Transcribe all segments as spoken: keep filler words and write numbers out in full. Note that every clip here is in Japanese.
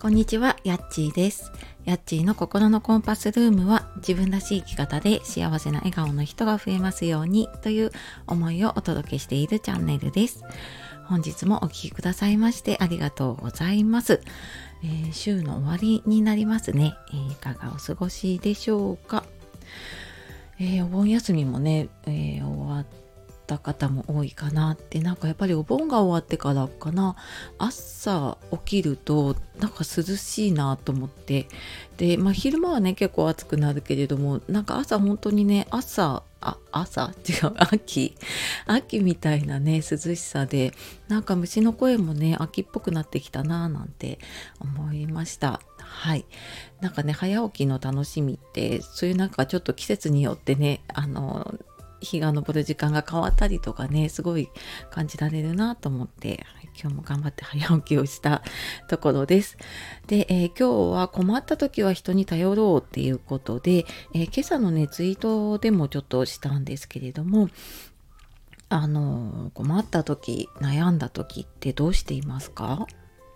こんにちは、やっちーです。やっちーの心のコンパスルームは、自分らしい生き方で幸せな笑顔の人が増えますようにという思いをお届けしているチャンネルです。本日もお聞きくださいましてありがとうございます。えー、週の終わりになりますね、えー、いかがお過ごしでしょうか。えー、お盆休みもね、えー、終わった方も多いかなって、なんかやっぱりお盆が終わってからかな、朝起きるとなんか涼しいなと思って、で、まあ昼間はね結構暑くなるけれども、なんか朝本当にね、朝あ朝違う秋秋みたいなね涼しさで、なんか虫の声もね秋っぽくなってきたななんて思いました。はい。なんかね、早起きの楽しみってそういうなんかちょっと季節によってね、あの日が昇る時間が変わったりとかね、すごい感じられるなと思って、はい、今日も頑張って早起きをしたところです。で、えー今日は困った時は人に頼ろうっていうことで、えー今朝のねツイートでもちょっとしたんですけれども、あのー困った時、悩んだ時ってどうしていますか？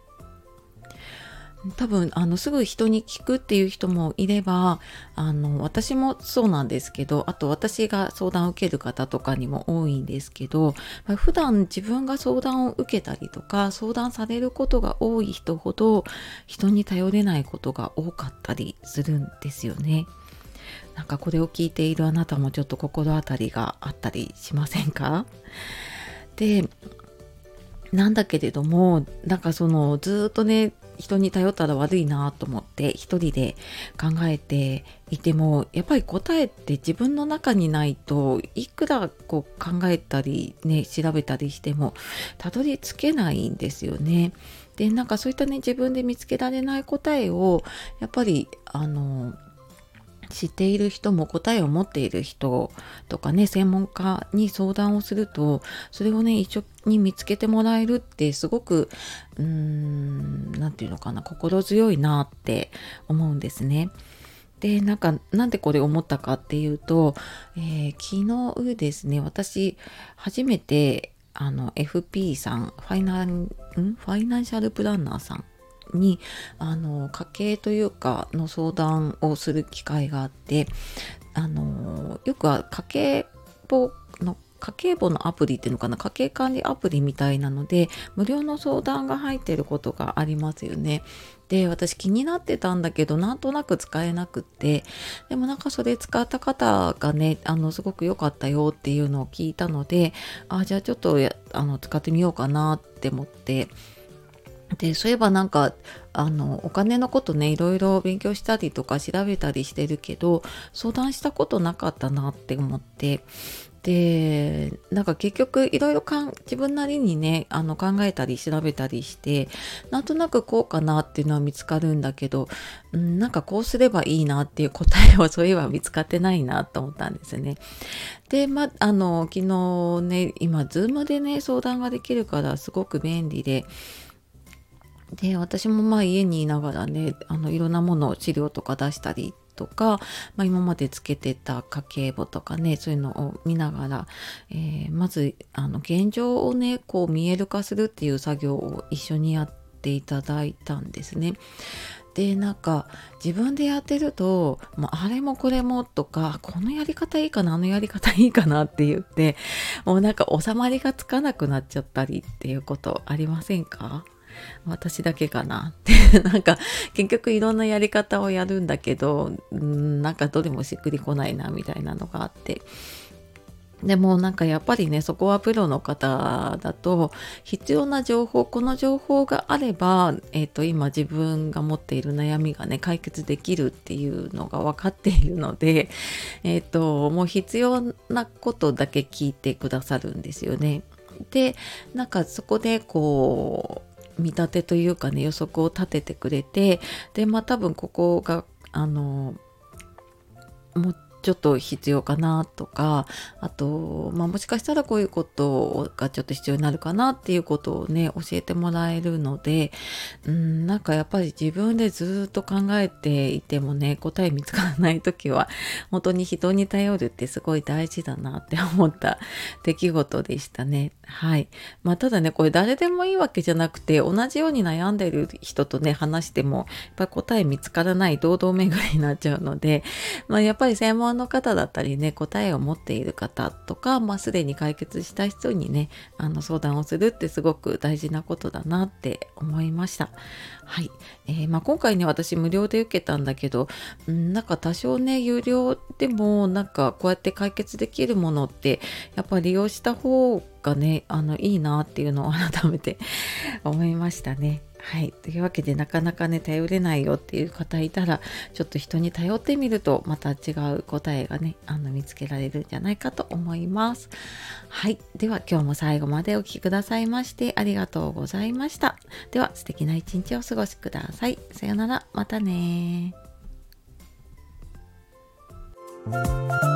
多分あのすぐ人に聞くっていう人もいれば、あの私もそうなんですけど、あと私が相談を受ける方とかにも多いんですけど、まあ普段自分が相談を受けたりとか相談されることが多い人ほど人に頼れないことが多かったりするんですよね。なんかこれを聞いているあなたもちょっと心当たりがあったりしませんか？で、なんだけれども、なんかそのずーっとね、人に頼ったら悪いなと思って一人で考えていても、やっぱり答えって自分の中にないといくらこう考えたりね、調べたりしてもたどり着けないんですよね。で、なんかそういったね、自分で見つけられない答えをやっぱりあの知っている人も、答えを持っている人とかね、専門家に相談をすると、それをね一緒に見つけてもらえるってすごくうーんなんていうのかな、心強いなって思うんですね。で、なんかなんでこれ思ったかっていうと、えー昨日ですね、私初めてあの エフピー さん、ファイナンんファイナンシャルプランナーさんにあの家計というかの相談をする機会があって、あのよくは家計簿の家計簿のアプリっていうのかな、家計管理アプリみたいなので無料の相談が入っていることがありますよね。で、私気になってたんだけどなんとなく使えなくって、でもなんかそれ使った方がね、あのすごく良かったよっていうのを聞いたので、あ、じゃあちょっとやあの使ってみようかなって思って、で、そういえばなんか、あの、お金のことね、いろいろ勉強したりとか調べたりしてるけど、相談したことなかったなって思って、で、なんか結局いろいろかん自分なりにね、あの考えたり調べたりして、なんとなくこうかなっていうのは見つかるんだけど、うん、なんかこうすればいいなっていう答えはそういえば見つかってないなと思ったんですね。で、ま、あの、昨日ね、今、ズームでね、相談ができるからすごく便利で、で、私もまあ家にいながらね、あのいろんなものを資料とか出したりとか、まあ、今までつけてた家計簿とかね、そういうのを見ながら、えーまずあの現状をね、こう見える化するっていう作業を一緒にやっていただいたんですね。で、なんか自分でやってると、もうあれもこれもとか、このやり方いいかな、あのやり方いいかなって言って、もうなんか収まりがつかなくなっちゃったりっていうことありませんか？私だけかなってなんか結局いろんなやり方をやるんだけど、んなんかどれもしっくりこないなみたいなのがあって、でもなんかやっぱりね、そこはプロの方だと必要な情報、この情報があれば、えっと今自分が持っている悩みがね解決できるっていうのが分かっているので、えっともう必要なことだけ聞いてくださるんですよね。で、なんかそこでこう見立てというかね、予測を立ててくれて、で、まあ多分ここがあのもうちちょっと必要かなとか、あと、まあ、もしかしたらこういうことがちょっと必要になるかなっていうことをね、教えてもらえるので、うん、なんかやっぱり自分でずっと考えていてもね、答え見つからないときは、本当に人に頼るってすごい大事だなって思った出来事でしたね。はい。まあ、ただね、これ誰でもいいわけじゃなくて、同じように悩んでる人とね、話しても、やっぱり答え見つからない堂々巡りになっちゃうので、まあ、やっぱり専門の方だったりね、答えを持っている方とか、まあ、すでに解決した人にね、あの相談をするってすごく大事なことだなって思いました。はい。えーまあ、今回ね、私無料で受けたんだけど、うん、なんか多少ね、有料でもなんかこうやって解決できるものって、やっぱり利用した方がね、あのいいなっていうのを改めて思いましたね。はい。というわけで、なかなかね、頼れないよっていう方いたら、ちょっと人に頼ってみると、また違う答えがね、あの見つけられるんじゃないかと思います。はい。では、今日も最後までお聞きくださいましてありがとうございました。では、素敵な一日をお過ごしください。さようなら。またね。